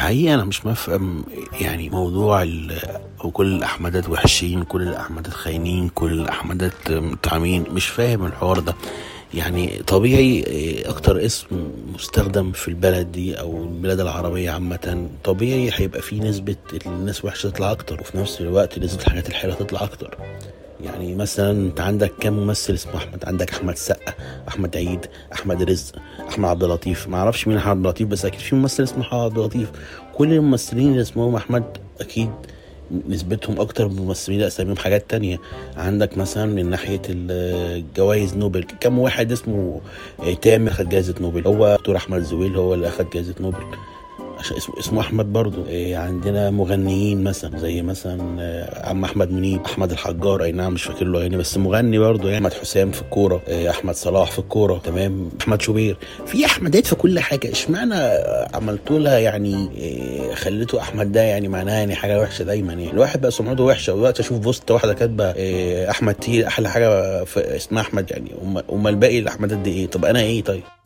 الحقيقة أنا مش مفهم يعني موضوع وكل الأحمدات وحشين، كل الأحمدات خاينين، كل الأحمدات متعامين. مش فاهم الحوار ده. يعني طبيعي أكتر اسم مستخدم في البلد دي أو البلاد العربية عامة، طبيعي هيبقى فيه نسبة الناس وحشة تطلع أكتر، وفي نفس الوقت نسبة الحاجات الحلوة تطلع أكتر. يعني مثلا انت عندك كم ممثل اسمه احمد؟ عندك احمد السقا، احمد عيد، احمد رزق، احمد عبد اللطيف. ما اعرفش مين احمد عبد اللطيف، بس اكيد في ممثل اسمه احمد عبد اللطيف. كل الممثلين اللي اسمهم احمد اكيد نسبتهم اكتر من الممثلين اللي اساميهم حاجات تانية. عندك مثلا من ناحية الجوائز نوبل، كم واحد اسمه تامر اخد جائزة نوبل؟ هو دكتور احمد زويل هو اللي اخد جائزة نوبل عشان اسمه احمد برضو. عندنا مغنيين مثلا زي مثلا عم احمد منيب، احمد الحجار، اي نعم مش فاكر له يعني بس مغني برضو. يعني احمد حسام في الكوره، احمد صلاح في الكوره، تمام، احمد شوبير. في احمدات في كل حاجه. اشمعنى عملتوا لها يعني خليته احمد ده يعني معناها يعني حاجه وحشه دايما؟ يعني الواحد بقى سمعته وحشه. ودلوقتي اشوف بوست واحده كاتبه احمد تير احلى حاجه اسمها احمد، يعني امال الباقي الاحمدات دي ايه؟ طب انا ايه طيب؟